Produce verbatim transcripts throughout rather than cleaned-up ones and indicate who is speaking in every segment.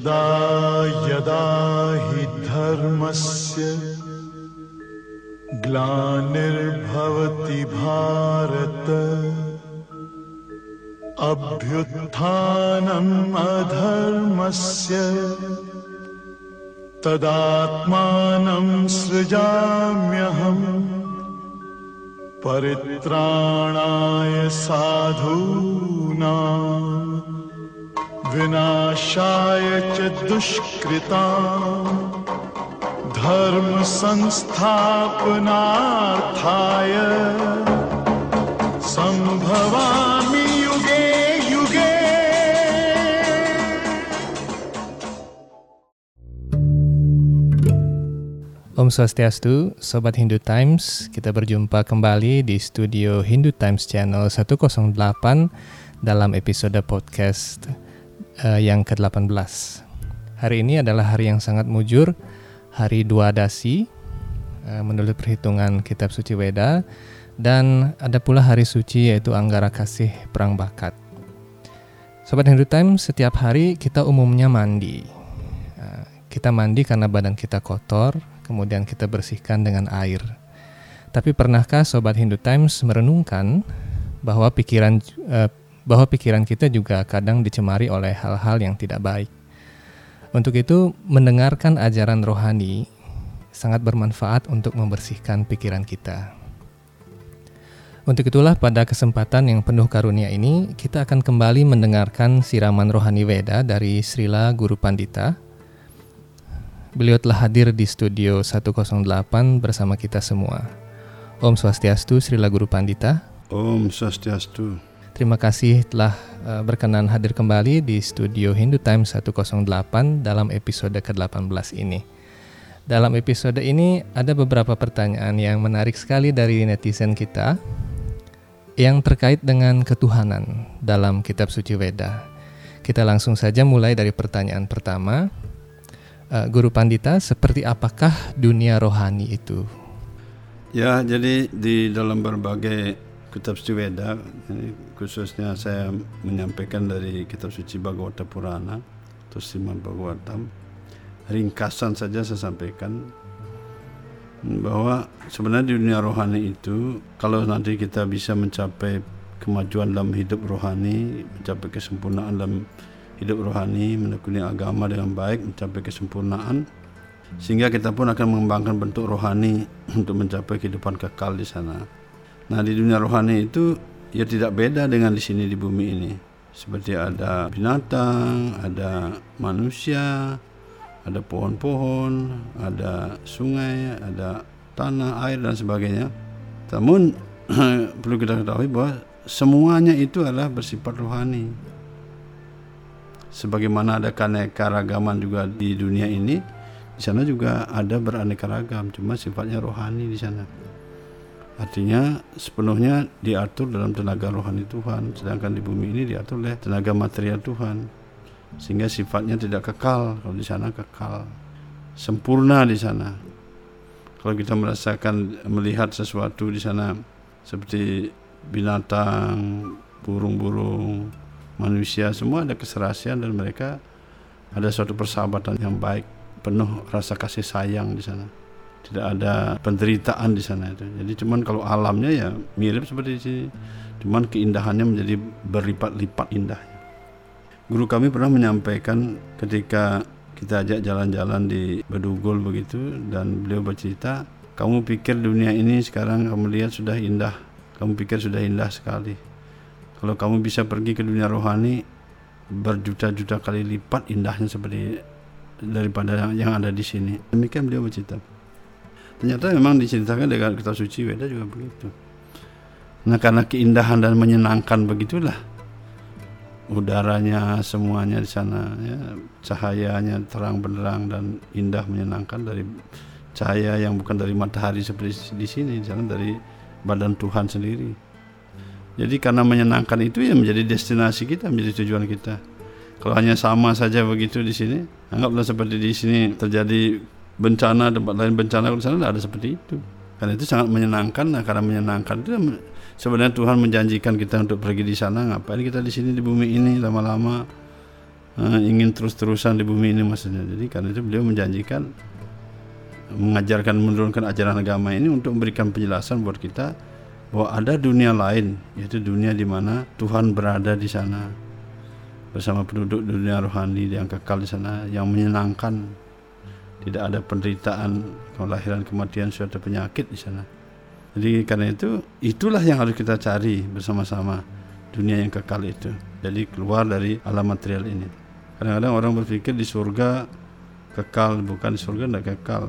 Speaker 1: यदा यदा हि धर्मस्य ग्लानिर्भवति भारत अभ्युत्थानम् अधर्मस्य तदात्मानं सृजाम्यहम् परित्राणाय साधूनां विनाशाय च दुष्कृतां धर्म संस्थापनार्थाय संभवामि युगे युगे.
Speaker 2: Om Swastiastu, Sobat Hindu Times. Kita berjumpa kembali di studio Hindu Times Channel seratus delapan dalam episode podcast uh, yang ke delapan belas. Hari ini adalah hari yang sangat mujur, hari Dwadasi uh, menurut perhitungan kitab suci Weda, dan ada pula hari suci yaitu Anggara Kasih Perang Bakat. Sobat Hindu Times, setiap hari kita umumnya mandi. Uh, kita mandi karena badan kita kotor, kemudian kita bersihkan dengan air. Tapi pernahkah Sobat Hindu Times merenungkan bahwa pikiran eh, bahwa pikiran kita juga kadang dicemari oleh hal-hal yang tidak baik? Untuk itu, mendengarkan ajaran rohani sangat bermanfaat untuk membersihkan pikiran kita. Untuk itulah pada kesempatan yang penuh karunia ini, kita akan kembali mendengarkan siraman rohani Weda dari Srila Guru Pandita. Beliau telah hadir di studio seratus delapan bersama kita semua. Om Swastiastu, Srila Guru Pandita.
Speaker 3: Om Swastiastu.
Speaker 2: Terima kasih telah uh, berkenan hadir kembali di studio Hindu Times seratus delapan dalam episode ke delapan belas ini. Dalam episode ini ada beberapa pertanyaan yang menarik sekali dari netizen kita yang terkait dengan ketuhanan dalam kitab suci Weda. Kita langsung saja mulai dari pertanyaan pertama. Uh, Guru Pandita, seperti apakah dunia rohani itu?
Speaker 3: Ya, jadi di dalam berbagai kitab suci Weda, khususnya saya menyampaikan dari kitab suci Bhagavata Purana atau Srimad Bhagavatam, ringkasan saja saya sampaikan bahwa sebenarnya di dunia rohani itu, kalau nanti kita bisa mencapai kemajuan dalam hidup rohani, mencapai kesempurnaan dalam hidup rohani, menekuni agama dengan baik, mencapai kesempurnaan, sehingga kita pun akan mengembangkan bentuk rohani untuk mencapai kehidupan kekal di sana. Nah, di dunia rohani itu ya tidak beda dengan di sini di bumi ini. Seperti ada binatang, ada manusia, ada pohon-pohon, ada sungai, ada tanah, air dan sebagainya. Namun perlu kita ketahui bahwa semuanya itu adalah bersifat rohani. Sebagaimana ada keanekaragaman juga di dunia ini, di sana juga ada beraneka ragam, cuma sifatnya rohani di sana. Artinya sepenuhnya diatur dalam tenaga rohani Tuhan, sedangkan di bumi ini diatur oleh tenaga material Tuhan, sehingga sifatnya tidak kekal. Kalau di sana kekal, sempurna di sana. Kalau kita merasakan melihat sesuatu di sana seperti binatang, burung-burung, manusia, semua ada keserasian dan mereka ada suatu persahabatan yang baik, penuh rasa kasih sayang di sana. Tidak ada penderitaan di sana itu. Jadi cuman kalau alamnya ya mirip seperti di sini, cuman keindahannya menjadi berlipat-lipat indahnya. Guru kami pernah menyampaikan ketika kita ajak jalan-jalan di Bedugul begitu, dan beliau bercerita, kamu pikir dunia ini sekarang kamu lihat sudah indah, kamu pikir sudah indah sekali. Kalau kamu bisa pergi ke dunia rohani, berjuta-juta kali lipat indahnya seperti daripada yang ada di sini. Demikian beliau bercerita. Ternyata memang diceritakan dengan kitab suci Weda juga begitu. Nah, karena keindahan dan menyenangkan begitulah, udaranya semuanya di sana, ya, cahayanya terang benderang dan indah menyenangkan, dari cahaya yang bukan dari matahari seperti di sini, di sana dari badan Tuhan sendiri. Jadi karena menyenangkan itu ya menjadi destinasi kita, menjadi tujuan kita. Kalau hanya sama saja begitu di sini, anggaplah seperti di sini terjadi bencana, tempat lain bencana, di sana tidak ada seperti itu. Karena itu sangat menyenangkan. Nah, karena menyenangkan itu sebenarnya Tuhan menjanjikan kita untuk pergi di sana. Ngapain kita di sini di bumi ini lama-lama? uh, ingin terus-terusan di bumi ini maksudnya. Jadi karena itu beliau menjanjikan mengajarkan menurunkan ajaran agama ini untuk memberikan penjelasan buat kita bahwa ada dunia lain, yaitu dunia di mana Tuhan berada di sana bersama penduduk dunia rohani yang kekal di sana, yang menyenangkan, tidak ada penderitaan, kelahiran, kematian, suatu penyakit di sana. Jadi karena itu itulah yang harus kita cari bersama-sama, dunia yang kekal itu. Jadi keluar dari alam material ini. Kadang-kadang orang berpikir di surga kekal, bukan, di surga tidak kekal.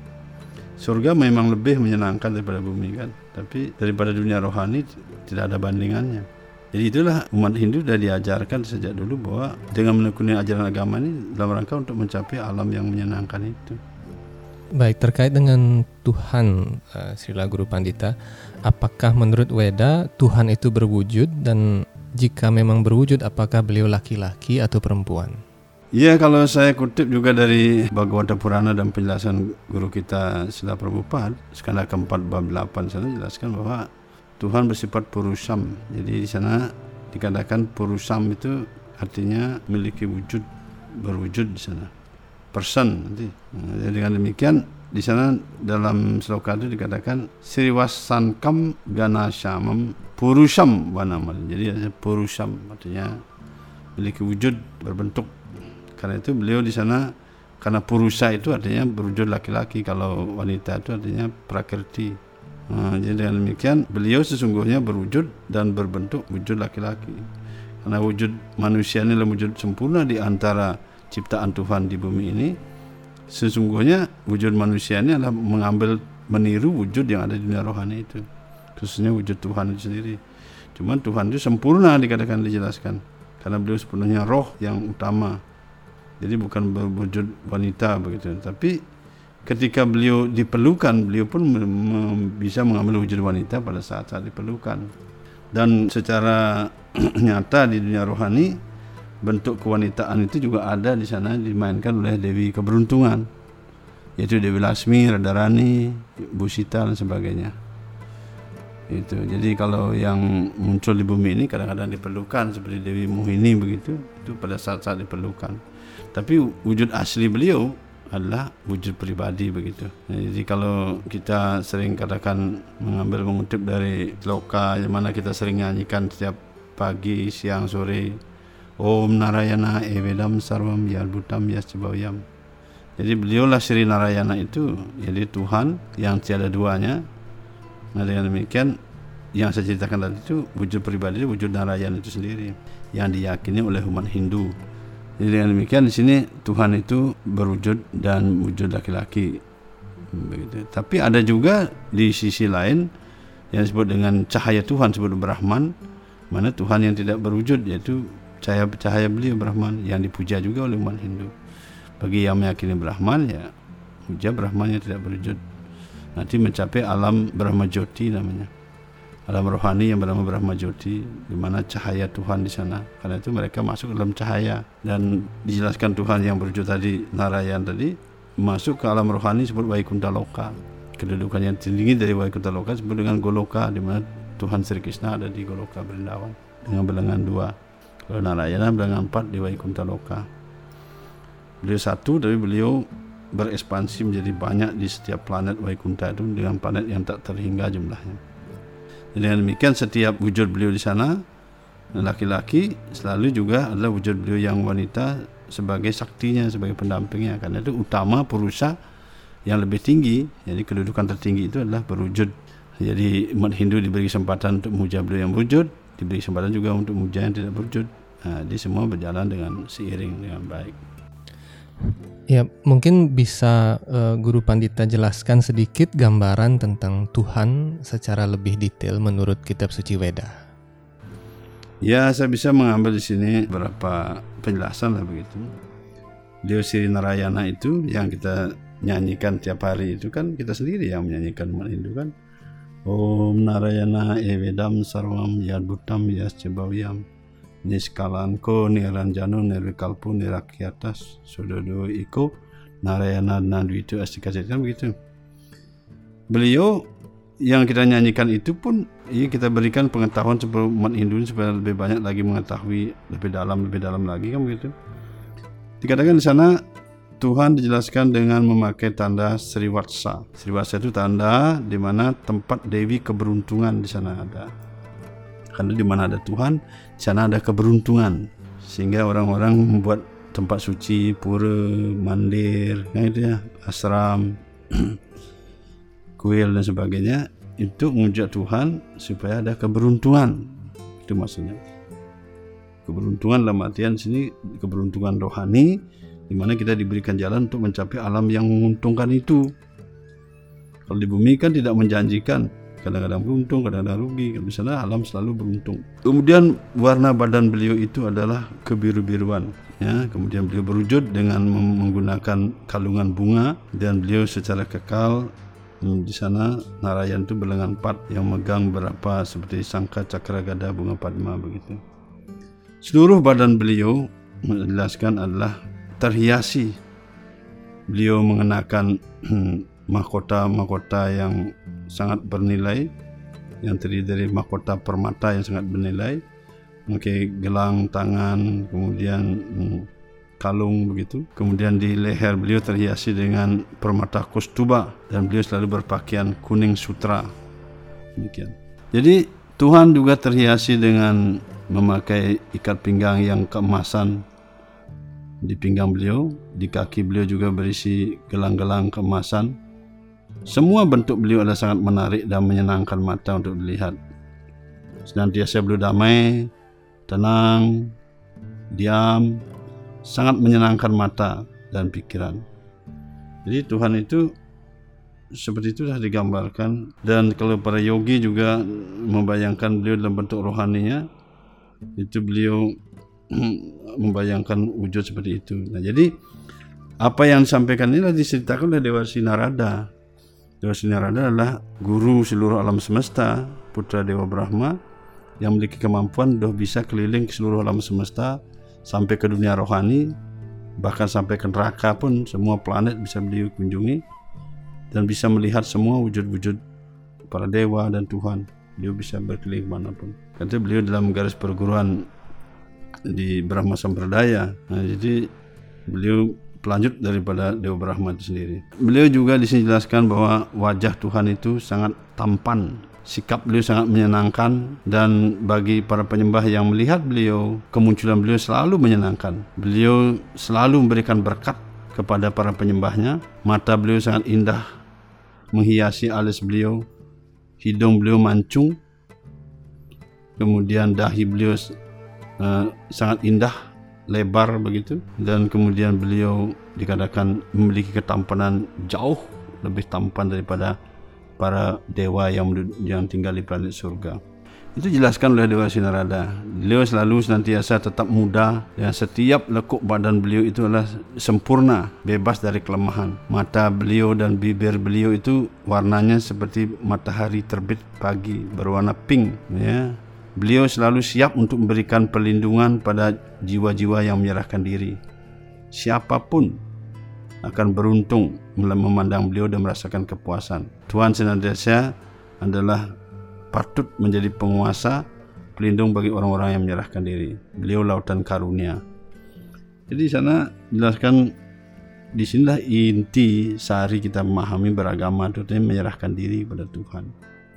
Speaker 3: Surga memang lebih menyenangkan daripada bumi kan, tapi daripada dunia rohani tidak ada bandingannya. Jadi itulah umat Hindu sudah diajarkan sejak dulu bahwa dengan menekuni ajaran agama ini dalam rangka untuk mencapai alam yang menyenangkan itu.
Speaker 2: Baik, terkait dengan Tuhan, uh, Srila Guru Pandita, apakah menurut Weda Tuhan itu berwujud, dan jika memang berwujud apakah beliau laki-laki atau perempuan?
Speaker 3: Ya, kalau saya kutip juga dari Bhagavata Purana dan penjelasan guru kita Srila Prabhupada, skala keempat bab delapan sana jelaskan bahwa Tuhan bersifat purusam. Jadi di sana dikatakan purusam itu artinya memiliki wujud, berwujud di sana. Person nanti. Nah, jadi dengan demikian di sana dalam sloka itu dikatakan Sriwasankam Ganasyamam Purusam Vanamal. Jadi ada purusam artinya memiliki wujud, berbentuk. Karena itu beliau di sana, karena purusa itu artinya berwujud laki-laki, kalau wanita itu artinya prakriti. Nah, jadi dengan demikian beliau sesungguhnya berwujud dan berbentuk wujud laki-laki. Karena wujud manusia ini adalah wujud sempurna di antara ciptaan Tuhan di bumi ini. Sesungguhnya wujud manusia ini adalah mengambil, meniru wujud yang ada di dunia rohani itu, khususnya wujud Tuhan itu sendiri. Cuman Tuhan itu sempurna dikatakan, dijelaskan, karena beliau sepenuhnya roh yang utama. Jadi bukan berwujud wanita begitu. Tapi ketika beliau diperlukan, beliau pun bisa mengambil wujud wanita pada saat-saat diperlukan. Dan secara nyata di dunia rohani, bentuk kewanitaan itu juga ada di sana, dimainkan oleh Dewi Keberuntungan, yaitu Dewi Lasmi, Radharani, Bu Sita dan sebagainya. Itu. Jadi kalau yang muncul di bumi ini kadang-kadang diperlukan seperti Dewi Mohini begitu, itu pada saat-saat diperlukan. Tapi wujud asli beliau adalah wujud pribadi begitu. Jadi kalau kita sering katakan mengambil mengutip dari sloka yang mana kita sering nyanyikan setiap pagi, siang, sore, Om Narayana Evedam Sarvam Yadbhutam Yascibhavyam. Jadi beliaulah Sri Narayana itu, jadi Tuhan yang tiada duanya. Nah dengan demikian yang saya ceritakan tadi itu wujud pribadi, wujud Narayana itu sendiri yang diyakini oleh umat Hindu. Jadi dengan demikian di sini Tuhan itu berwujud dan wujud laki-laki begitu. Tapi ada juga di sisi lain yang disebut dengan cahaya Tuhan, disebut Brahman, mana Tuhan yang tidak berwujud, yaitu cahaya cahaya beliau Brahman yang dipuja juga oleh umat Hindu. Bagi yang meyakini Brahman, ya puja Brahman yang tidak berwujud, nanti mencapai alam Brahma Jyoti namanya, alam rohani yang bernama Brahma Jyoti, di mana cahaya Tuhan di sana. Karena itu mereka masuk dalam cahaya, dan dijelaskan Tuhan yang berwujud tadi, Narayan tadi, masuk ke alam rohani disebut Vaikuntha Loka. Kedudukan yang tinggi dari Vaikuntha Loka disebut dengan Goloka, di mana Tuhan Sri Krishna ada di Goloka Vrindavan dengan bilangan dua. Kalau Narayana bilangan empat di Vaikuntha Loka. Beliau satu, tapi beliau berekspansi menjadi banyak di setiap planet Vaikuntha itu, dengan planet yang tak terhingga jumlahnya. Dengan demikian setiap wujud beliau di sana laki-laki selalu juga adalah wujud beliau yang wanita sebagai saktinya, sebagai pendampingnya. Karena itu utama purusa yang lebih tinggi, jadi kedudukan tertinggi itu adalah berwujud. Jadi umat Hindu diberi kesempatan untuk memuja beliau yang berwujud, diberi kesempatan juga untuk memuja yang tidak berwujud. Nah, jadi semua berjalan dengan seiring dengan baik.
Speaker 2: Ya, mungkin bisa uh, Guru Pandita jelaskan sedikit gambaran tentang Tuhan secara lebih detail menurut kitab suci Weda.
Speaker 3: Ya, saya bisa mengambil di sini beberapa penjelasan lah begitu. Beliau Sri Narayana itu yang kita nyanyikan tiap hari itu kan kita sendiri yang menyanyikan umat Hindu kan. Om Narayana Evedam Sarvam Yadbhutam Yascibhavyam. Niskalanko Niranjano Nirvikalpo Nirakyatas Sudodo Iko Narayana Nadwitu Astikasya, kan begitu. Beliau yang kita nyanyikan itu pun ini kita berikan pengetahuan sebelum umat Hindu supaya lebih banyak lagi mengetahui lebih dalam lebih dalam lagi kan begitu. Dikatakan di sana Tuhan dijelaskan dengan memakai tanda Srivatsa. Srivatsa itu tanda di mana tempat Dewi keberuntungan di sana ada. Karena di mana ada Tuhan, di sana ada keberuntungan. Sehingga orang-orang membuat tempat suci, pura, mandir, nah itu ya, ashram, kuil dan sebagainya, itu mengucap Tuhan supaya ada keberuntungan. Itu maksudnya. Keberuntungan dalam artian sini keberuntungan rohani, di mana kita diberikan jalan untuk mencapai alam yang menguntungkan itu. Kalau di bumi kan tidak menjanjikan, kadang-kadang beruntung, kadang-kadang rugi. Di sana alam selalu beruntung. Kemudian warna badan beliau itu adalah kebiru-biruan. Ya, kemudian beliau berwujud dengan menggunakan kalungan bunga, dan beliau secara kekal di sana Narayan itu berlengan empat yang megang berapa seperti sangka, cakra, gada, bunga padma begitu. Seluruh badan beliau menjelaskan adalah terhiasi. Beliau mengenakan mahkota-mahkota yang sangat bernilai, yang terdiri dari mahkota permata yang sangat bernilai, memakai gelang tangan, kemudian hmm, kalung begitu. Kemudian di leher beliau terhiasi dengan permata Kaustuba, dan beliau selalu berpakaian kuning sutra. Demikian. Jadi Tuhan juga terhiasi dengan memakai ikat pinggang yang keemasan di pinggang beliau, di kaki beliau juga berisi gelang-gelang keemasan. Semua bentuk beliau adalah sangat menarik dan menyenangkan mata untuk dilihat. Senantiasa beliau damai, tenang, diam, sangat menyenangkan mata dan pikiran. Jadi Tuhan itu seperti itu sudah digambarkan. Dan kalau para yogi juga membayangkan beliau dalam bentuk rohaninya, itu beliau membayangkan wujud seperti itu. Nah, jadi apa yang disampaikan ini adalah diceritakan oleh Dewarsi Narada. Dewarsi Narada adalah guru seluruh alam semesta, putra Dewa Brahma, yang memiliki kemampuan sudah bisa keliling ke seluruh alam semesta, sampai ke dunia rohani, bahkan sampai ke neraka pun semua planet bisa beliau kunjungi, dan bisa melihat semua wujud-wujud para dewa dan Tuhan. Beliau bisa berkeliling manapun. Kata beliau dalam garis perguruan di Brahma Sampradaya. Nah, jadi beliau pelanjut daripada Dewa Brahma itu sendiri. Beliau juga di sini jelaskan bahwa wajah Tuhan itu sangat tampan, sikap beliau sangat menyenangkan, dan bagi para penyembah yang melihat beliau, kemunculan beliau selalu menyenangkan. Beliau selalu memberikan berkat kepada para penyembahnya. Mata beliau sangat indah, menghiasi alis beliau. Hidung beliau mancung, kemudian dahi beliau uh, sangat indah, lebar begitu, dan kemudian beliau dikatakan memiliki ketampanan jauh lebih tampan daripada para dewa yang yang tinggal di planet surga. Itu dijelaskan oleh Dewarsi Narada. Beliau selalu senantiasa tetap muda, dan setiap lekuk badan beliau itu adalah sempurna, bebas dari kelemahan. Mata beliau dan bibir beliau itu warnanya seperti matahari terbit pagi, berwarna pink. Ya. Beliau selalu siap untuk memberikan perlindungan pada jiwa-jiwa yang menyerahkan diri. Siapapun akan beruntung memandang beliau dan merasakan kepuasan. Tuhan senantiasa adalah patut menjadi penguasa, pelindung bagi orang-orang yang menyerahkan diri. Beliau lautan karunia. Jadi sana jelaskan, di sinilah inti sari kita memahami beragama, itu menyerahkan diri pada Tuhan.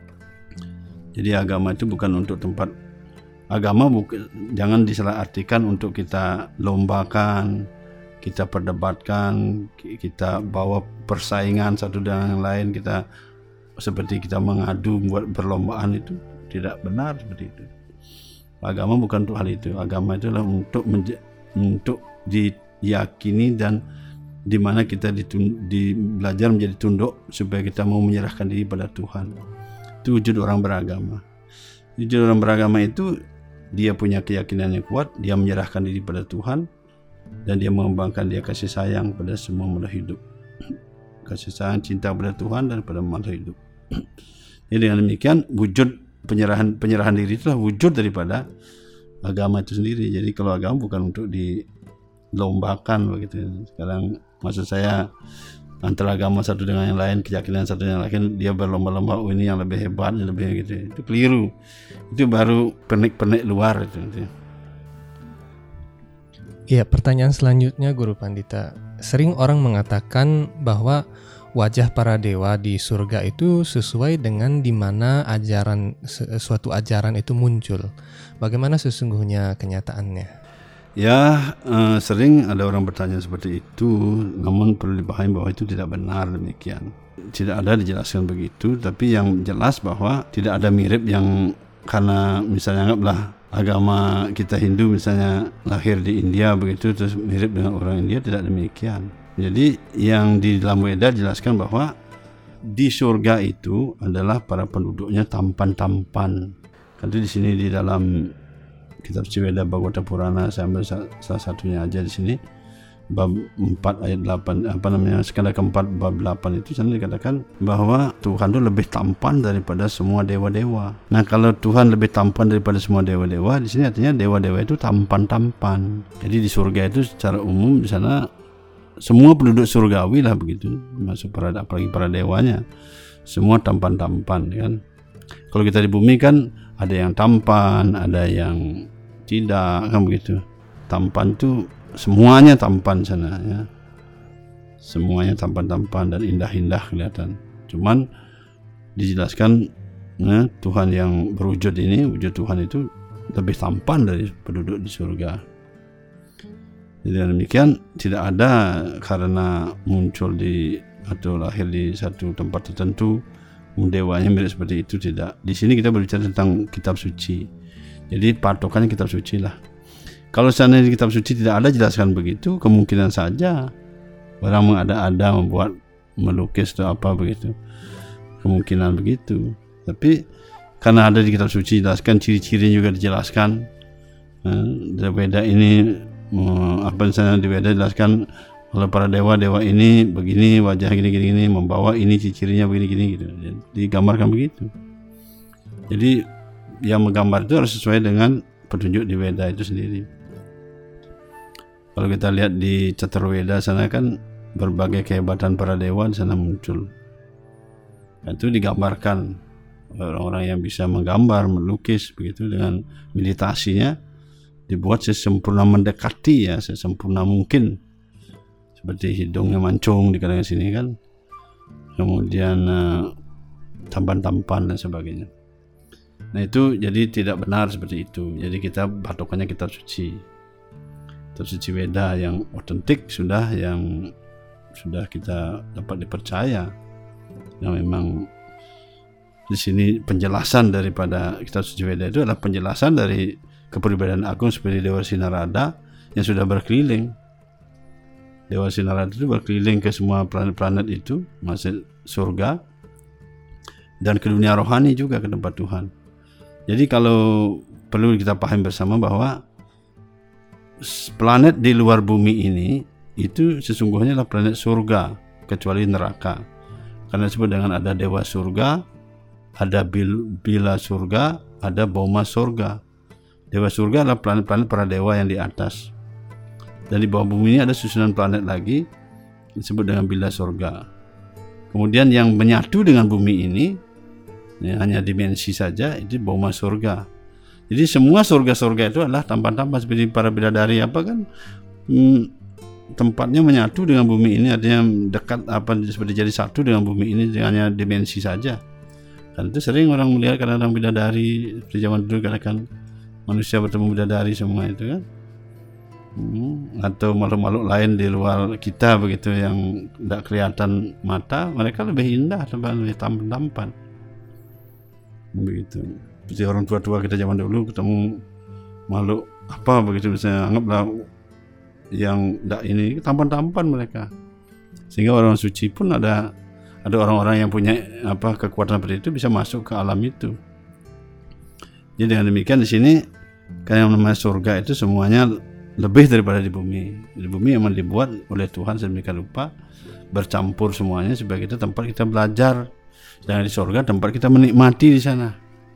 Speaker 3: Jadi agama itu bukan untuk tempat, agama bukan, jangan disalahartikan untuk kita lombakan, kita perdebatkan, kita bawa persaingan satu dengan yang lain, kita seperti kita mengadu buat perlombaan. Itu tidak benar seperti itu. Agama bukan untuk hal itu. Agama itu adalah untuk menja- untuk diyakini, dan di mana kita ditun- di belajar menjadi tunduk supaya kita mau menyerahkan diri pada Tuhan. Itu wujud orang beragama. Wujud orang beragama itu dia punya keyakinan yang kuat, dia menyerahkan diri pada Tuhan, dan dia mengembangkan dia kasih sayang pada semua makhluk hidup. Kasih sayang, cinta pada Tuhan dan pada makhluk hidup. Jadi dengan demikian wujud penyerahan penyerahan diri itulah wujud daripada agama itu sendiri. Jadi kalau agama bukan untuk dilombakan begitu. Sekarang maksud saya antara agama satu dengan yang lain, keyakinan satu dengan yang lain, dia berlomba-lomba, oh ini yang lebih hebat, yang lebih gitu. Itu keliru. Itu baru pernik-pernik luar itu.
Speaker 2: Iya, pertanyaan selanjutnya Guru Pandita. Sering orang mengatakan bahwa wajah para dewa di surga itu sesuai dengan di mana ajaran suatu ajaran itu muncul. Bagaimana sesungguhnya kenyataannya?
Speaker 3: Ya, eh, sering ada orang bertanya seperti itu, namun perlu dipahami bahwa itu tidak benar demikian. Tidak ada dijelaskan begitu, tapi yang jelas bahwa tidak ada mirip yang karena misalnya anggaplah agama kita Hindu misalnya lahir di India begitu terus mirip dengan orang India, tidak demikian. Jadi yang di dalam Weda jelaskan bahwa di surga itu adalah para penduduknya tampan-tampan. Kan di sini di dalam kitab suci Weda Bhagavata Purana, saya ambil salah satunya aja di sini bab empat ayat delapan, apa namanya, skala keempat bab delapan itu sana dikatakan bahwa Tuhan itu lebih tampan daripada semua dewa-dewa. Nah, kalau Tuhan lebih tampan daripada semua dewa-dewa, di sini artinya dewa-dewa itu tampan-tampan. Jadi di surga itu secara umum di sana semua penduduk surgawi lah begitu, masuk para apalagi para dewanya, semua tampan-tampan kan. Kalau kita di bumi kan ada yang tampan, ada yang tidak kan begitu. Tampan itu semuanya tampan sana ya. Semuanya tampan-tampan dan indah-indah kelihatan. Cuman dijelaskan ya, Tuhan yang berwujud ini, wujud Tuhan itu lebih tampan dari penduduk di surga. Jadi demikian, tidak ada karena muncul di atau lahir di satu tempat tertentu dewanya mirip seperti itu, tidak. Di sini kita berbicara tentang kitab suci. Jadi patokannya kitab suci lah. Kalau seandainya di kitab suci tidak ada jelaskan begitu, kemungkinan saja orang mengada-ada membuat melukis atau apa begitu. Kemungkinan begitu. Tapi karena ada di kitab suci jelaskan, ciri-ciri juga dijelaskan. Nah, Weda ini apa misalnya di Weda jelaskan kalau para dewa-dewa ini begini, wajah gini-gini, membawa ini ciri-cirinya begini-gini gitu. Jadi digambarkan begitu. Jadi yang menggambar itu harus sesuai dengan petunjuk di Weda itu sendiri. Kalau kita lihat di Caturveda sana kan berbagai kehebatan para dewa di sana muncul. Dan itu digambarkan orang-orang yang bisa menggambar, melukis begitu dengan meditasinya dibuat sesempurna mendekati ya, sesempurna mungkin. Seperti hidungnya mancung di kalangan sini kan. Kemudian uh, tampan-tampan dan sebagainya. Nah itu jadi tidak benar seperti itu. Jadi kita patokannya kitab suci. Kitab suci Weda yang otentik sudah, yang sudah kita dapat dipercaya. Yang memang di sini penjelasan daripada kitab suci Weda itu adalah penjelasan dari kepribadian agung seperti Dewa Sinarada yang sudah berkeliling. Dewa Sinarada itu berkeliling ke semua planet-planet itu, masuk surga dan ke dunia rohani juga, ke tempat Tuhan. Jadi kalau perlu kita pahami bersama bahwa planet di luar bumi ini itu sesungguhnya adalah planet surga, kecuali neraka. Karena disebut dengan ada dewa surga, ada bil, bila surga, ada boma surga. Dewa surga adalah planet-planet para dewa yang di atas. Dan di bawah bumi ini ada susunan planet lagi disebut dengan bila surga. Kemudian yang menyatu dengan bumi ini ya, hanya dimensi saja, itu boma surga. Jadi semua surga-surga itu adalah tampan-tampan seperti para bidadari apa kan, hmm, tempatnya menyatu dengan bumi ini, artinya dekat apa seperti jadi satu dengan bumi ini, hanya dimensi saja. Dan itu sering orang melihat kadang-kadang bidadari seperti zaman dulu, kadang-kadang manusia bertemu bidadari semua itu kan. Hmm, atau makhluk-makhluk lain di luar kita begitu yang tidak kelihatan mata, mereka lebih indah, lebih tampan-tampan begitu. Seperti orang tua-tua kita zaman dulu ketemu makhluk apa begitu, misalnya anggaplah yang tidak ini, tampan-tampan mereka. Sehingga orang suci pun ada ada orang-orang yang punya apa kekuatan seperti itu bisa masuk ke alam itu. Jadi dengan demikian di sini kan yang namanya surga itu semuanya lebih daripada di bumi. Di bumi memang dibuat oleh Tuhan sedemikian rupa, bercampur semuanya supaya kita tempat kita belajar. Sedangkan di surga tempat kita menikmati di sana.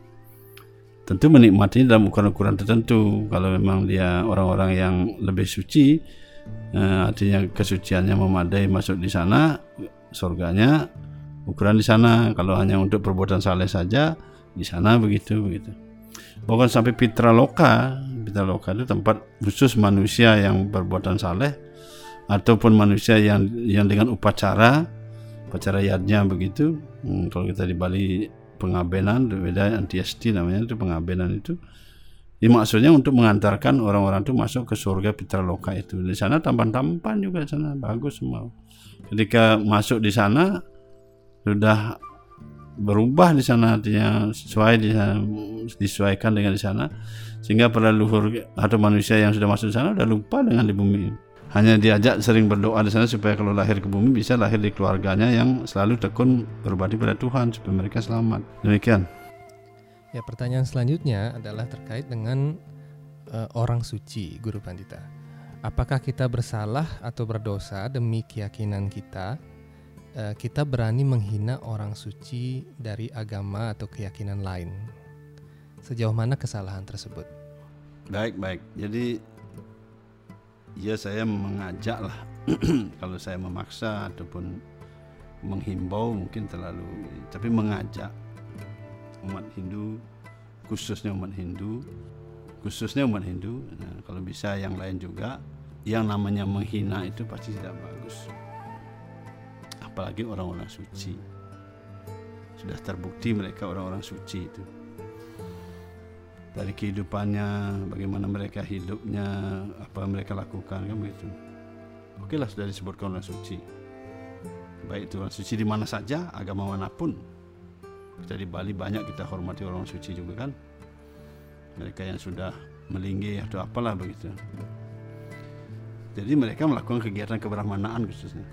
Speaker 3: Tentu menikmati dalam ukuran-ukuran tertentu. Kalau memang dia orang-orang yang lebih suci, eh, artinya kesuciannya memadai masuk di sana, surganya ukuran di sana. Kalau hanya untuk perbuatan saleh saja, di sana begitu begitu. Bahkan sampai Pitraloka, Pitaloka itu tempat khusus manusia yang berbuatan saleh ataupun manusia yang yang dengan upacara upacara yadnya begitu. Hmm, kalau kita di Bali pengabenan, beda antiesti namanya itu pengabenan itu. Ini maksudnya untuk mengantarkan orang-orang itu masuk ke surga Pitaloka itu. Di sana tampan-tampan juga, di sana bagus semua. Ketika masuk di sana sudah berubah di sana, artinya sesuai di sana, disesuaikan dengan di sana, sehingga para leluhur atau manusia yang sudah masuk di sana sudah lupa dengan di bumi. Hanya diajak sering berdoa di sana supaya kalau lahir ke bumi bisa lahir di keluarganya yang selalu tekun berbakti pada Tuhan supaya mereka selamat. Demikian.
Speaker 2: Ya, pertanyaan selanjutnya adalah terkait dengan uh, orang suci, Guru Pandita. Apakah kita bersalah atau berdosa demi keyakinan kita? Uh, kita berani menghina orang suci dari agama atau keyakinan lain. Sejauh mana kesalahan tersebut?
Speaker 3: Baik, baik. Jadi ya saya mengajak lah. Kalau saya memaksa ataupun menghimbau mungkin terlalu, tapi mengajak umat Hindu, khususnya umat Hindu, khususnya umat Hindu. Nah, kalau bisa yang lain juga, yang namanya menghina itu pasti tidak bagus. Apalagi orang-orang suci. Sudah terbukti mereka orang-orang suci itu. Dari kehidupannya, bagaimana mereka hidupnya, apa mereka lakukan, kan begitu. Oke lah, sudah disebutkan orang suci. Baik itu orang suci di mana saja, agama manapun. Kita di Bali banyak kita hormati orang suci juga kan. Mereka yang sudah melinggi atau apalah begitu. Jadi mereka melakukan kegiatan kebrahmanaan khususnya.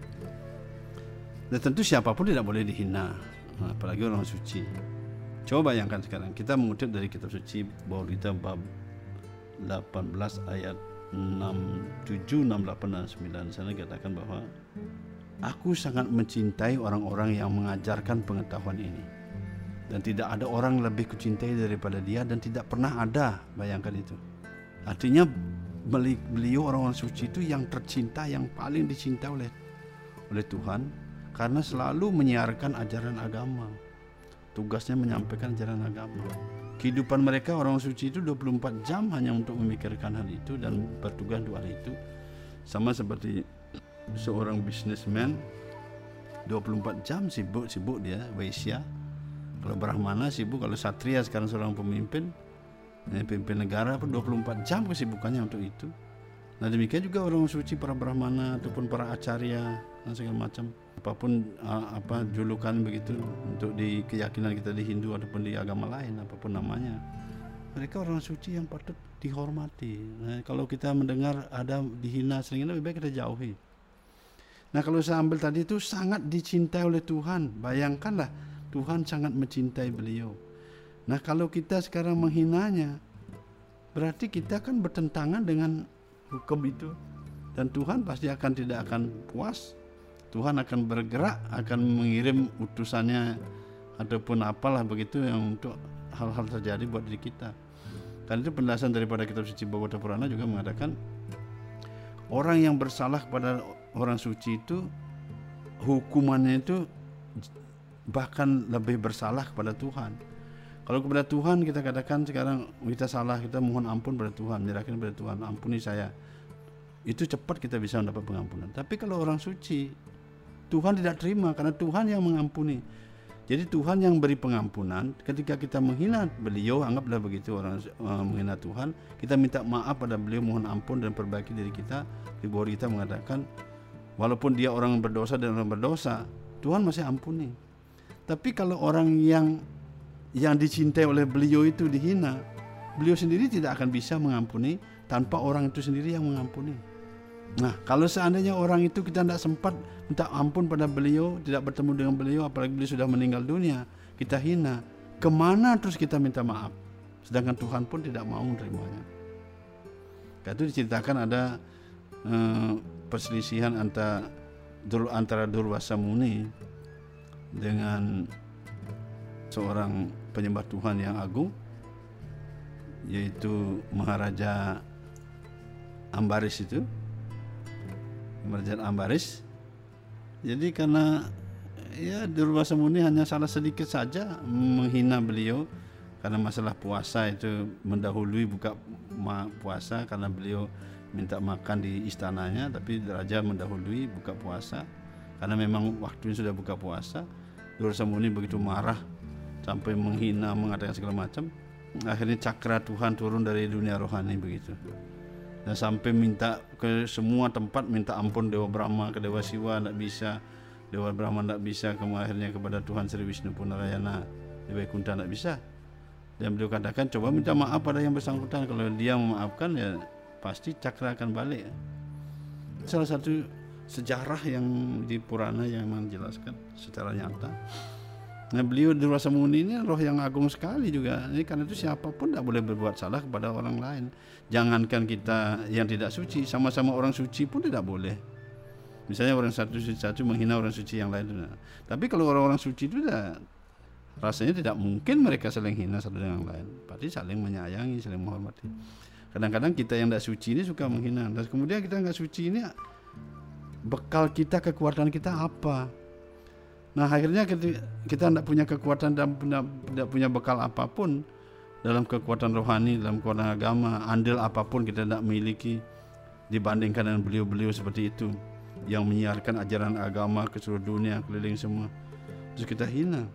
Speaker 3: Dan tentu siapapun tidak boleh dihina, apalagi orang suci. Coba bayangkan sekarang kita mengutip dari kitab suci Bawah Gita bab delapan belas ayat enam, tujuh, enam, delapan dan sembilan. Sana katakan bahwa aku sangat mencintai orang-orang yang mengajarkan pengetahuan ini. Dan tidak ada orang lebih kucintai daripada dia, dan tidak pernah ada, bayangkan itu. Artinya beliau orang-orang suci itu yang tercinta, yang paling dicinta oleh oleh Tuhan, karena selalu menyiarkan ajaran agama. Tugasnya menyampaikan ajaran agama. Kehidupan mereka orang suci itu dua puluh empat jam hanya untuk memikirkan hal itu dan bertugas untuk hal itu. Sama seperti seorang businessman, dua puluh empat jam sibuk-sibuk dia, Waisya. Kalau Brahmana sibuk, kalau Satria sekarang seorang pemimpin, pemimpin negara dua puluh empat jam kesibukannya untuk itu. Nah demikian juga orang suci, para Brahmana ataupun para Acarya dan segala macam, apapun apa julukan begitu untuk di keyakinan kita di Hindu ataupun di agama lain, apapun namanya, mereka orang suci yang patut dihormati. Nah, kalau kita mendengar ada dihina sering, lebih baik kita jauhi. Nah kalau saya ambil tadi itu sangat dicintai oleh Tuhan, bayangkanlah Tuhan sangat mencintai beliau. Nah kalau kita sekarang menghinanya, berarti kita kan bertentangan dengan hukum itu, dan Tuhan pasti akan tidak akan puas. Tuhan akan bergerak, akan mengirim utusannya ataupun apalah begitu yang untuk hal-hal terjadi buat diri kita. Dan itu penjelasan daripada kitab suci Bhagavata Purana juga mengatakan orang yang bersalah kepada orang suci itu hukumannya itu bahkan lebih bersalah kepada Tuhan. Kalau kepada Tuhan kita katakan sekarang kita salah, kita mohon ampun pada Tuhan, menyerahkan pada Tuhan, ampuni saya, itu cepat kita bisa mendapat pengampunan. Tapi kalau orang suci, Tuhan tidak terima karena Tuhan yang mengampuni. Jadi Tuhan yang beri pengampunan. Ketika kita menghina beliau, anggaplah begitu orang uh, menghina Tuhan, kita minta maaf pada beliau, mohon ampun dan perbaiki diri kita. Di bawah kita mengatakan walaupun dia orang berdosa dan orang berdosa, Tuhan masih ampuni. Tapi kalau orang yang yang dicintai oleh beliau itu dihina, beliau sendiri tidak akan bisa mengampuni tanpa orang itu sendiri yang mengampuni. Nah, kalau seandainya orang itu kita tidak sempat minta ampun pada beliau, tidak bertemu dengan beliau, apalagi beliau sudah meninggal dunia, kita hina, kemana terus kita minta maaf? Sedangkan Tuhan pun tidak mau menerimanya. Itu diceritakan ada eh, perselisihan antara antara Durvasa Muni dengan seorang penyembah Tuhan yang agung, yaitu Maharaja Ambaris itu, Maharaja Ambaris. Jadi karena ya Durvasa Muni hanya salah sedikit saja menghina beliau, karena masalah puasa itu mendahului buka ma- puasa karena beliau minta makan di istananya, tapi raja mendahului buka puasa karena memang waktunya sudah buka puasa. Durrasamuni begitu marah sampai menghina, mengatakan segala macam. Akhirnya cakra Tuhan turun dari dunia rohani begitu. Dan sampai minta ke semua tempat, minta ampun Dewa Brahma, ke Dewa Siwa tidak bisa, Dewa Brahma tidak bisa, kemudian akhirnya kepada Tuhan Sri Wisnu Punarayana di Vaikunta tidak bisa. Dan beliau katakan coba minta maaf pada yang bersangkutan, kalau dia memaafkan ya pasti cakra akan balik. Salah satu sejarah yang di Purana yang memang dijelaskan secara nyata. Nah, beliau Durrasamuni ini roh yang agung sekali juga. Ini karena itu siapapun tidak boleh berbuat salah kepada orang lain. Jangankan kita yang tidak suci, sama-sama orang suci pun tidak boleh. Misalnya orang satu suci satu menghina orang suci yang lain. Nah. Tapi kalau orang-orang suci itu tidak, rasanya tidak mungkin mereka saling hina satu dengan yang lain. Pasti saling menyayangi, saling menghormati. Kadang-kadang kita yang tidak suci ini suka menghina. Dan kemudian kita nggak suci ini, bekal kita, kekuatan kita apa? Nah, akhirnya kita tidak punya kekuatan dan tidak punya bekal apapun dalam kekuatan rohani, dalam kekuatan agama, andil apapun kita tidak miliki dibandingkan dengan beliau-beliau seperti itu yang menyiarkan ajaran agama ke seluruh dunia, keliling semua. Terus kita hina.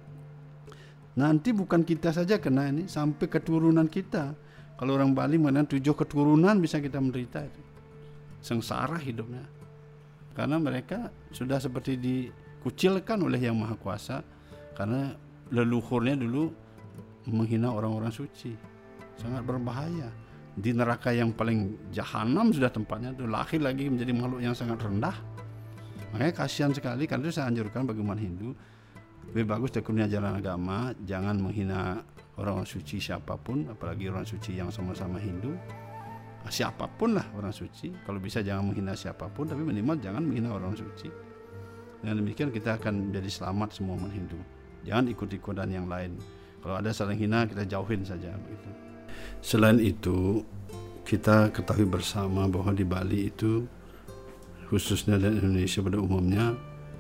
Speaker 3: Nanti bukan kita saja kena ini, sampai keturunan kita. Kalau orang Bali mengatakan tujuh keturunan bisa kita menderita itu. Sengsara hidupnya. Karena mereka sudah seperti dikucilkan oleh Yang Maha Kuasa karena leluhurnya dulu menghina orang-orang suci. Sangat berbahaya. Di neraka yang paling jahanam sudah tempatnya, itu lahir lagi menjadi makhluk yang sangat rendah. Makanya kasihan sekali, karena itu saya anjurkan bagi umat Hindu lebih bagus tekuni ajaran agama, jangan menghina orang-orang suci siapapun, apalagi orang suci yang sama-sama Hindu. Siapapun lah orang suci, kalau bisa jangan menghina siapapun, tapi minimal jangan menghina orang suci. Dengan demikian kita akan menjadi selamat semua umat Hindu. Jangan ikut-ikutan yang lain. Kalau ada saling hina, kita jauhin saja begitu. Selain itu, kita ketahui bersama bahwa di Bali itu, khususnya di Indonesia pada umumnya,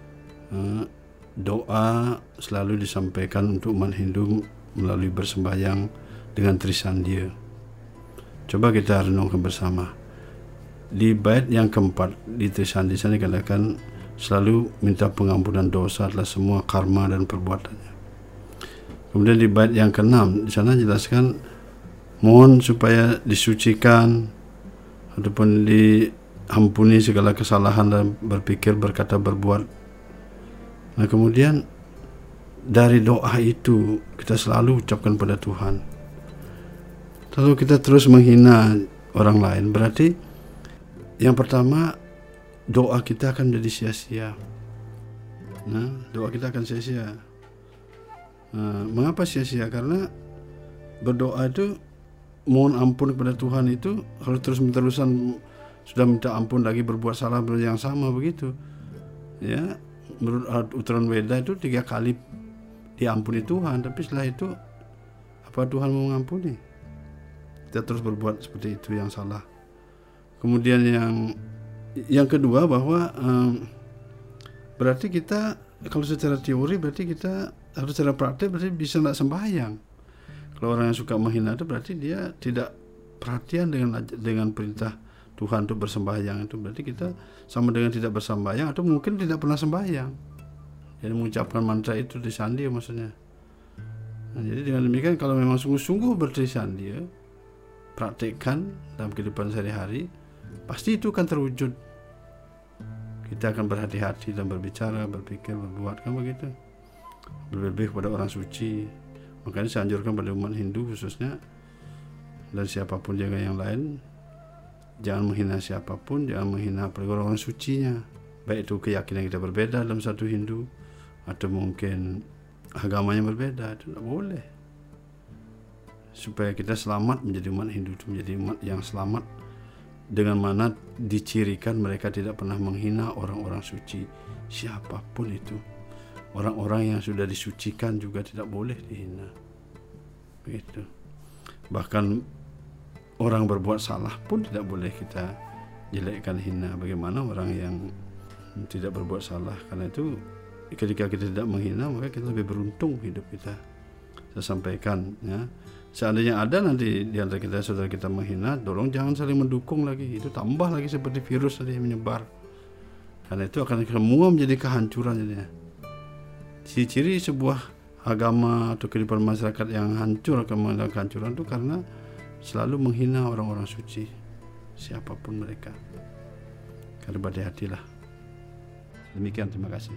Speaker 3: doa selalu disampaikan untuk umat Hindu melalui bersembahyang dengan Trisandya. Coba kita renungkan bersama. Di bait yang keempat di Trisandya sana dikatakan selalu minta pengampunan dosa atas semua karma dan perbuatannya. Kemudian di bait yang keenam di sana jelaskan mohon supaya disucikan ataupun diampuni segala kesalahan dan berpikir, berkata, berbuat. Nah, kemudian dari doa itu kita selalu ucapkan pada Tuhan. Kalau kita terus menghina orang lain, berarti yang pertama doa kita akan menjadi sia-sia. Nah, doa kita akan sia-sia. Nah, mengapa sia-sia? Karena berdoa itu mohon ampun kepada Tuhan itu kalau terus terusan sudah minta ampun lagi berbuat salah yang sama begitu. Ya, menurut Uttaran Weda itu tiga kali diampuni Tuhan, tapi setelah itu apa Tuhan mau mengampuni? Kita terus berbuat seperti itu yang salah. Kemudian yang yang kedua bahwa um, berarti kita kalau secara teori berarti kita harus secara praktek berarti bisa tidak sembahyang. Kalau orang yang suka menghina itu berarti dia tidak perhatian dengan dengan perintah Tuhan untuk bersembahyang, itu berarti kita sama dengan tidak bersembahyang atau mungkin tidak pernah sembahyang. Jadi mengucapkan mantra itu Trisandya maksudnya. Nah, jadi dengan demikian kalau memang sungguh-sungguh bertrisandya, praktekkan dalam kehidupan sehari-hari, pasti itu akan terwujud. Kita akan berhati-hati dan berbicara, berpikir, berbuat, kan begitu. Berlebih kepada orang suci. Makanya saya anjurkan pada umat Hindu khususnya dan siapapun juga yang lain, jangan menghina siapapun, jangan menghina apalagi orang sucinya. Baik itu keyakinan kita berbeda dalam satu Hindu atau mungkin agamanya berbeda, itu tidak boleh. Supaya kita selamat menjadi umat Hindu itu menjadi umat yang selamat dengan mana dicirikan mereka tidak pernah menghina orang-orang suci siapapun itu. Orang-orang yang sudah disucikan juga tidak boleh dihina. Begitu. Bahkan orang berbuat salah pun tidak boleh kita jelekkan, hina. Bagaimana orang yang tidak berbuat salah? Karena itu ketika kita tidak menghina, maka kita lebih beruntung hidup kita. Saya sampaikan ya, Seandainya ada nanti di antara kita saudara kita menghina, tolong jangan saling mendukung lagi. Itu tambah lagi seperti virus tadi yang menyebar. Karena itu akan semua menjadi kehancuran jadinya. Ciri-ciri sebuah agama atau kehidupan masyarakat yang hancur akan mengalami kehancuran itu karena selalu menghina orang-orang suci, siapapun mereka. Karena berhati-hatilah. Demikian, terima kasih.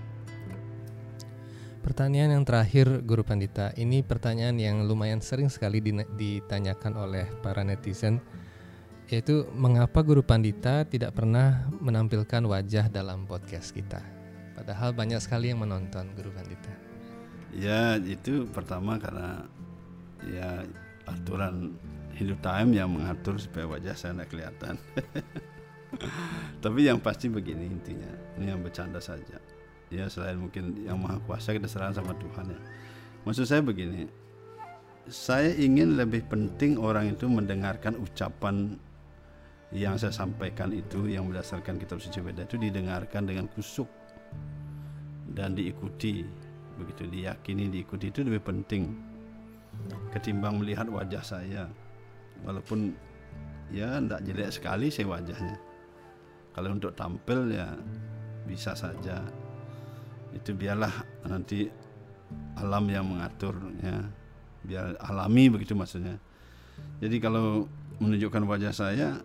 Speaker 2: Pertanyaan yang terakhir, Guru Pandita, ini pertanyaan yang lumayan sering sekali ditanyakan oleh para netizen, yaitu mengapa Guru Pandita tidak pernah menampilkan wajah dalam podcast kita, padahal banyak sekali yang menonton, Guru Pandita.
Speaker 3: Ya, itu pertama karena ya aturan Hindu Time yang mengatur supaya wajah saya tidak kelihatan. Tapi yang pasti begini intinya, ini yang bercanda saja. Ya selain mungkin yang maha kuasa kita serahkan sama Tuhan ya. Maksud saya begini, saya ingin lebih penting orang itu mendengarkan ucapan yang saya sampaikan itu yang berdasarkan kitab suci Weda itu didengarkan dengan kusuk dan diikuti, begitu diyakini diikuti, itu lebih penting ketimbang melihat wajah saya. Walaupun ya tidak jelek sekali saya wajahnya, kalau untuk tampil ya bisa saja. Itu biarlah nanti alam yang mengaturnya, biar alami begitu maksudnya. Jadi kalau menunjukkan wajah saya,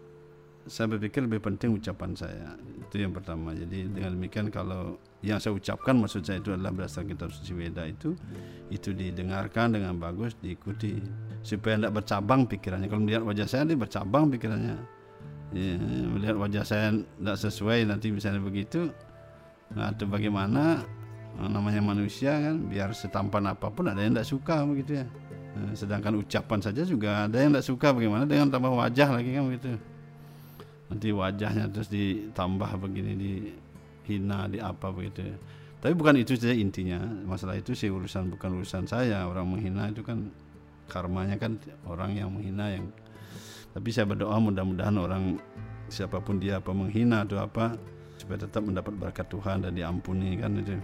Speaker 3: saya berpikir lebih penting ucapan saya. Itu yang pertama. Jadi dengan demikian kalau yang saya ucapkan maksud saya itu adalah berdasarkan kitab suci Weda itu, itu didengarkan dengan bagus, diikuti supaya tidak bercabang pikirannya. Kalau melihat wajah saya dia bercabang pikirannya. Ya, melihat wajah saya tidak sesuai nanti misalnya begitu. Nah, itu bagaimana namanya manusia kan, biar setampan apapun ada yang tidak suka begitu ya. Nah, sedangkan ucapan saja juga ada yang tidak suka, bagaimana dengan tambah wajah lagi kan begitu. Nanti wajahnya terus ditambah begini, dihina, di apa begitu. Tapi bukan itu saja intinya. Masalah itu sih urusan bukan urusan saya. Orang menghina itu kan karmanya kan orang yang menghina yang. Tapi saya berdoa mudah-mudahan orang siapapun dia apa menghina atau apa supaya tetap mendapat berkat Tuhan dan diampuni kan itu.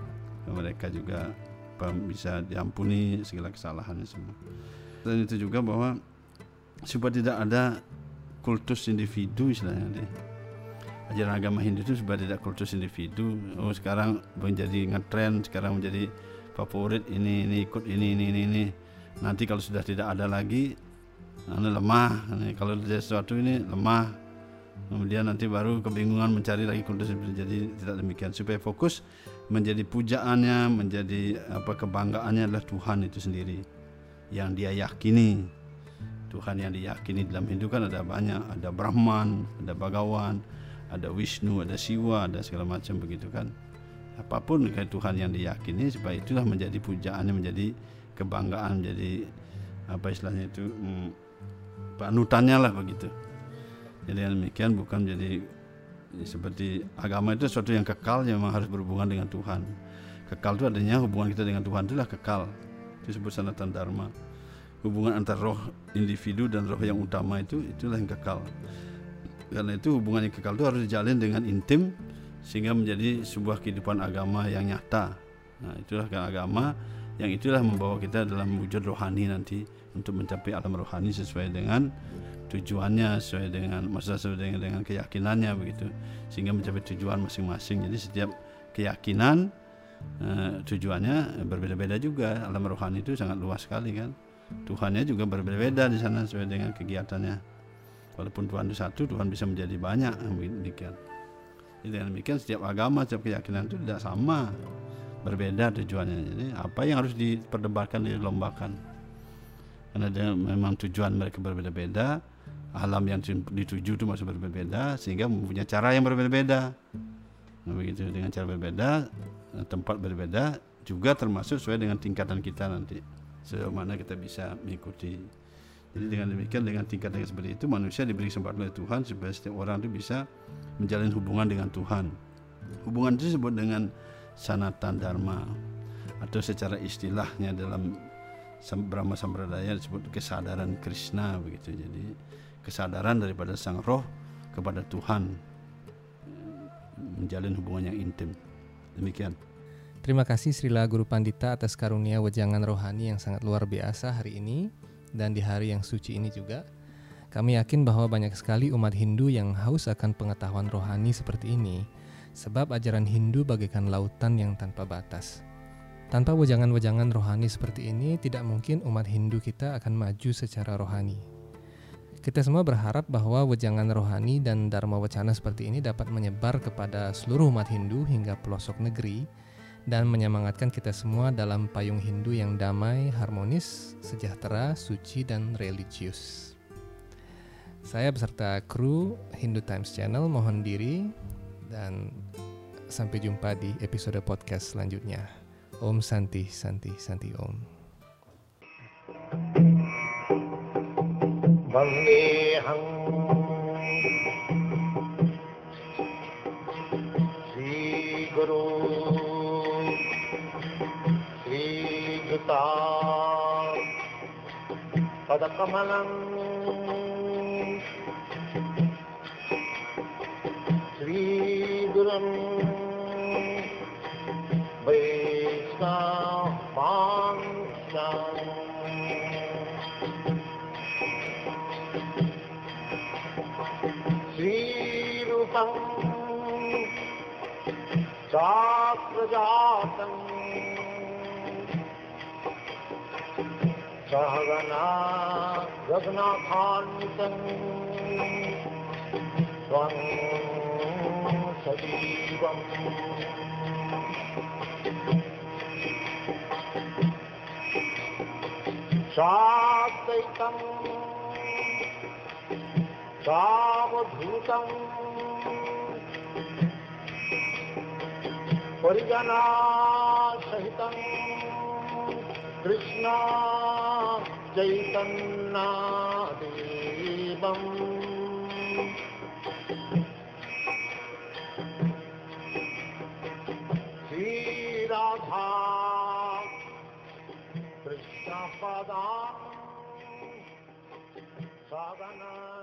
Speaker 3: Mereka juga bisa diampuni segala kesalahannya semua. Dan itu juga bahwa supaya tidak ada kultus individu istilahnya deh. Ajaran agama Hindu itu supaya tidak kultus individu. Oh sekarang menjadi ngetren, sekarang menjadi favorit ini ini ikut ini ini ini. ini. Nanti kalau sudah tidak ada lagi, ini lemah. Kalau ada sesuatu ini lemah. Kemudian nanti baru kebingungan mencari lagi kultus. Jadi tidak demikian, supaya fokus menjadi pujaannya, menjadi apa kebanggaannya adalah Tuhan itu sendiri yang dia yakini. Tuhan yang diyakini dalam Hindu kan ada banyak, ada Brahman, ada Bhagawan, ada Vishnu, ada Siwa, ada segala macam begitu kan. Apapun kayak Tuhan yang diyakini, supaya itulah menjadi pujaannya, menjadi kebanggaan, menjadi apa istilahnya itu hmm, panutannya lah begitu. Jadi yang demikian bukan jadi seperti agama itu sesuatu yang kekal yang memang harus berhubungan dengan Tuhan. Kekal itu adanya hubungan kita dengan Tuhan itulah kekal. Itu disebut sanatan dharma. Hubungan antara roh individu dan roh yang utama itu itulah yang kekal. Karena itu hubungan yang kekal itu harus dijalin dengan intim sehingga menjadi sebuah kehidupan agama yang nyata. Nah, itulah kan agama yang itulah membawa kita dalam wujud rohani nanti untuk mencapai alam rohani sesuai dengan tujuannya, sesuai dengan maksudnya sesuai dengan, dengan keyakinannya begitu, sehingga mencapai tujuan masing-masing. Jadi setiap keyakinan eh, tujuannya berbeda-beda juga. Alam rohani itu sangat luas sekali kan. Tuhannya juga berbeda-beda di sana sesuai dengan kegiatannya. Walaupun Tuhan itu satu, Tuhan bisa menjadi banyak demikian. Jadi dengan demikian setiap agama, setiap keyakinan itu tidak sama, berbeda tujuannya. Jadi apa yang harus diperdebatkan, dilombakan. Karena dia, memang tujuan mereka berbeda-beda, alam yang dituju itu masih berbeda, sehingga mempunyai cara yang berbeda-beda. Nah, begitu dengan cara berbeda, tempat berbeda, juga termasuk sesuai dengan tingkatan kita nanti. Sejauh mana kita bisa mengikuti. Jadi dengan demikian, dengan tingkat yang seperti itu, manusia diberi kesempatan oleh Tuhan supaya setiap orang itu bisa menjalin hubungan dengan Tuhan. Hubungan itu disebut dengan sanatan dharma, atau secara istilahnya dalam Brahma Sampradaya disebut kesadaran Krishna begitu. Jadi kesadaran daripada sang roh kepada Tuhan, menjalin hubungan yang intim. Demikian.
Speaker 2: Terima kasih Srila Guru Pandita atas karunia wejangan rohani yang sangat luar biasa hari ini. dan di hari yang suci ini juga, kami yakin bahwa banyak sekali umat Hindu yang haus akan pengetahuan rohani seperti ini, sebab ajaran Hindu bagaikan lautan yang tanpa batas. Tanpa wejangan-wejangan rohani seperti ini, tidak mungkin umat Hindu kita akan maju secara rohani. Kita semua berharap bahwa wejangan rohani dan dharma wacana seperti ini dapat menyebar kepada seluruh umat Hindu hingga pelosok negeri, dan menyemanggatkan kita semua dalam payung Hindu yang damai, harmonis, sejahtera, suci, dan religius. Saya beserta kru Hindu Times Channel mohon diri dan sampai jumpa di episode podcast selanjutnya. Om Santi, Santi, Santi Om.
Speaker 4: Vandeham Sri Guru Sri Gita Padakamalam Sri Gurum Vaishnavangsam Sri Rupam Sakrajatam Sahagana Raghunathantam Svam Sadivam Shastaitam Savadhutam Parijana Sahitam Krishna Chaitanya Devam Sri Radha Krishna Padam Sadhana